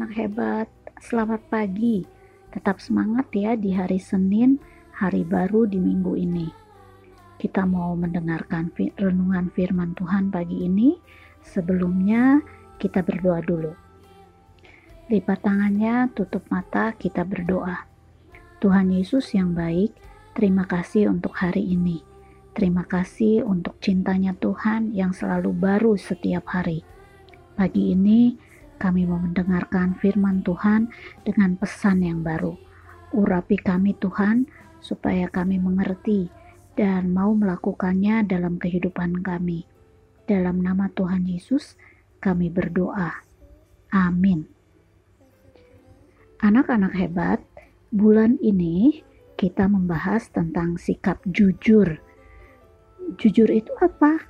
anak-anak hebat, selamat pagi. Tetap semangat ya di hari Senin, hari baru di minggu ini. Kita mau mendengarkan renungan firman Tuhan pagi ini. Sebelumnya kita berdoa dulu. Lipat tangannya, tutup mata, kita berdoa. Tuhan Yesus yang baik, terima kasih untuk hari ini. Terima kasih untuk cintanya Tuhan yang selalu baru setiap hari. Pagi ini kami mau mendengarkan firman Tuhan dengan pesan yang baru. Urapi kami Tuhan, supaya kami mengerti dan mau melakukannya dalam kehidupan kami. Dalam nama Tuhan Yesus, kami berdoa. Amin. Anak-anak hebat, bulan ini kita membahas tentang sikap jujur. Jujur itu apa?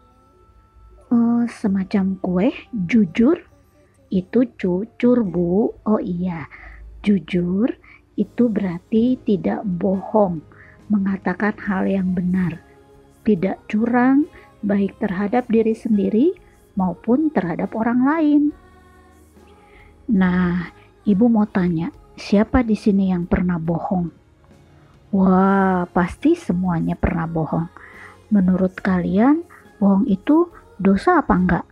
Semacam kue, jujur. Itu cucur, Bu. Oh iya, jujur itu berarti tidak bohong, mengatakan hal yang benar, tidak curang, baik terhadap diri sendiri maupun terhadap orang lain. Nah, Ibu mau tanya, siapa di sini yang pernah bohong? Wah, pasti semuanya pernah bohong. Menurut kalian, bohong itu dosa apa enggak?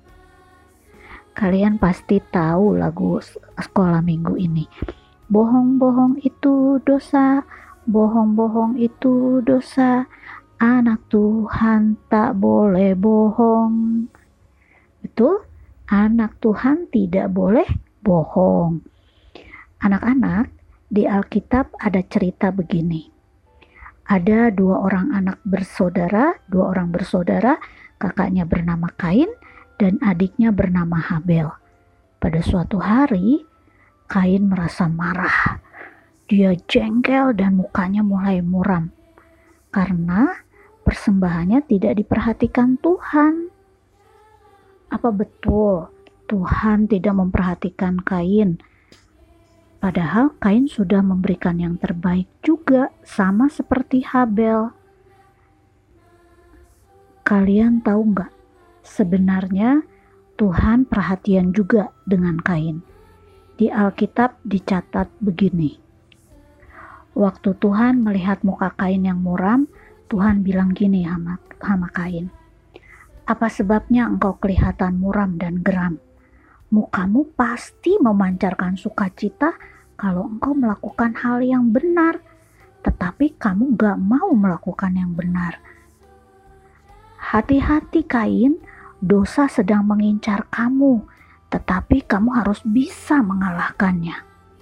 Kalian pasti tahu lagu sekolah minggu ini. Bohong-bohong itu dosa, bohong-bohong itu dosa. Anak Tuhan tak boleh bohong. Betul? Anak Tuhan tidak boleh bohong. Anak-anak, di Alkitab ada cerita begini. Ada dua orang bersaudara, kakaknya bernama Kain dan adiknya bernama Habel. Pada suatu hari, Kain merasa marah. Dia jengkel dan mukanya mulai muram karena persembahannya tidak diperhatikan Tuhan. Apa betul Tuhan tidak memperhatikan Kain? Padahal Kain sudah memberikan yang terbaik juga, sama seperti Habel. Kalian tahu nggak? Sebenarnya Tuhan perhatian juga dengan Kain. Di Alkitab dicatat begini. Waktu Tuhan melihat muka Kain yang muram, Tuhan bilang gini sama Kain. Apa sebabnya engkau kelihatan muram dan geram? Mukamu pasti memancarkan sukacita kalau engkau melakukan hal yang benar, tetapi kamu gak mau melakukan yang benar. Hati-hati Kain, dosa sedang mengincar kamu, tetapi kamu harus bisa mengalahkannya.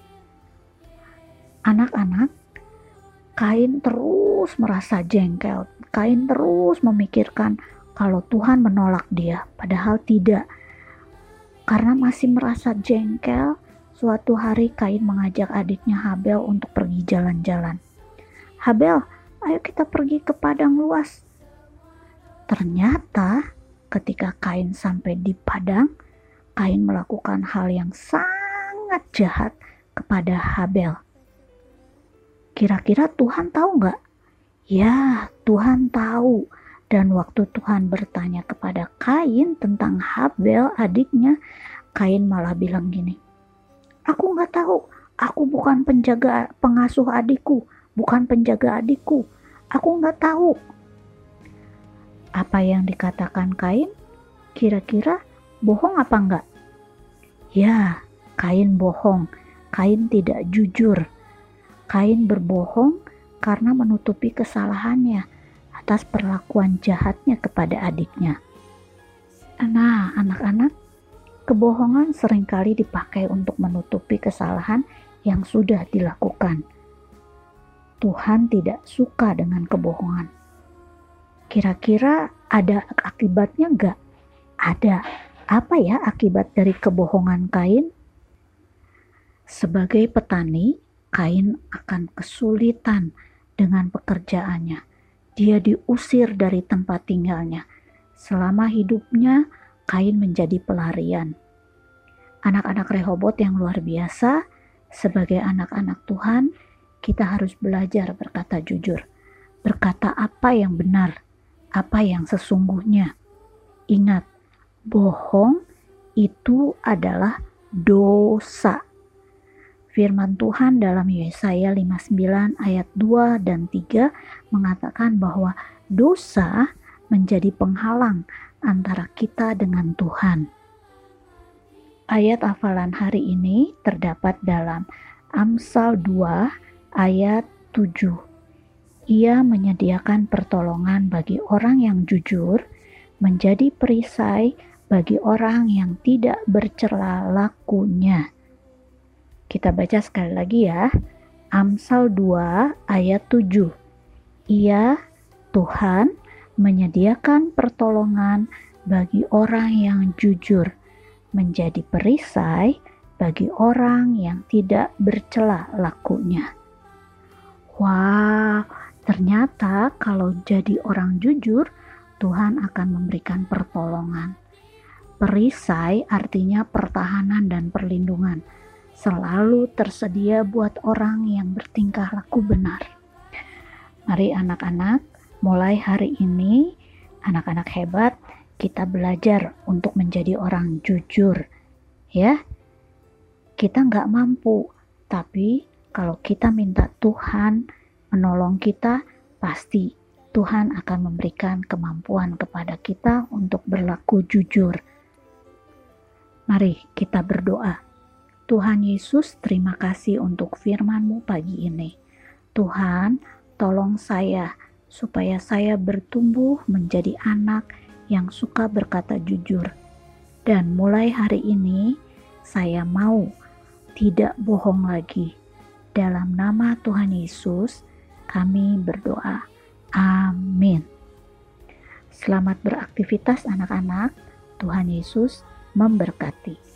Anak-anak, Kain terus merasa jengkel. Kain terus memikirkan kalau Tuhan menolak dia, padahal tidak. Karena masih merasa jengkel, suatu hari Kain mengajak adiknya Habel untuk pergi jalan-jalan. Habel, ayo kita pergi ke padang luas. Ternyata ketika Kain sampai di padang, Kain melakukan hal yang sangat jahat kepada Habel. Kira-kira Tuhan tahu nggak? Ya, Tuhan tahu. Dan waktu Tuhan bertanya kepada Kain tentang Habel adiknya, Kain malah bilang gini, aku nggak tahu, aku bukan pengasuh adikku, bukan penjaga adikku, aku nggak tahu. Apa yang dikatakan Kain? Kira-kira bohong apa enggak? Ya, Kain bohong. Kain tidak jujur. Kain berbohong karena menutupi kesalahannya atas perlakuan jahatnya kepada adiknya. Nah, anak-anak, kebohongan seringkali dipakai untuk menutupi kesalahan yang sudah dilakukan. Tuhan tidak suka dengan kebohongan. Kira-kira ada akibatnya enggak? Ada. Apa ya akibat dari kebohongan Kain? Sebagai petani, Kain akan kesulitan dengan pekerjaannya. Dia diusir dari tempat tinggalnya. Selama hidupnya, Kain menjadi pelarian. Anak-anak Rehobot yang luar biasa, sebagai anak-anak Tuhan, kita harus belajar berkata jujur. Berkata apa yang benar, apa yang sesungguhnya. Ingat, bohong itu adalah dosa. Firman Tuhan dalam Yesaya 59 ayat 2 dan 3 mengatakan bahwa dosa menjadi penghalang antara kita dengan Tuhan. Ayat hafalan hari ini terdapat dalam Amsal 2 ayat 7. Ia menyediakan pertolongan bagi orang yang jujur, menjadi perisai bagi orang yang tidak bercela lakunya. Kita baca sekali lagi ya. Amsal 2 ayat 7. Ia, Tuhan, menyediakan pertolongan bagi orang yang jujur, menjadi perisai bagi orang yang tidak bercela lakunya. Wow, ternyata kalau jadi orang jujur, Tuhan akan memberikan pertolongan. Perisai artinya pertahanan dan perlindungan. Selalu tersedia buat orang yang bertingkah laku benar. Mari anak-anak, mulai hari ini, anak-anak hebat, kita belajar untuk menjadi orang jujur. Ya, kita nggak mampu, tapi kalau kita minta Tuhan menolong kita, pasti Tuhan akan memberikan kemampuan kepada kita untuk berlaku jujur. Mari kita berdoa. Tuhan Yesus, terima kasih untuk firman-Mu pagi ini. Tuhan, tolong saya supaya saya bertumbuh menjadi anak yang suka berkata jujur. Dan mulai hari ini, saya mau tidak bohong lagi. Dalam nama Tuhan Yesus, kami berdoa. Amin. Selamat beraktivitas anak-anak. Tuhan Yesus memberkati.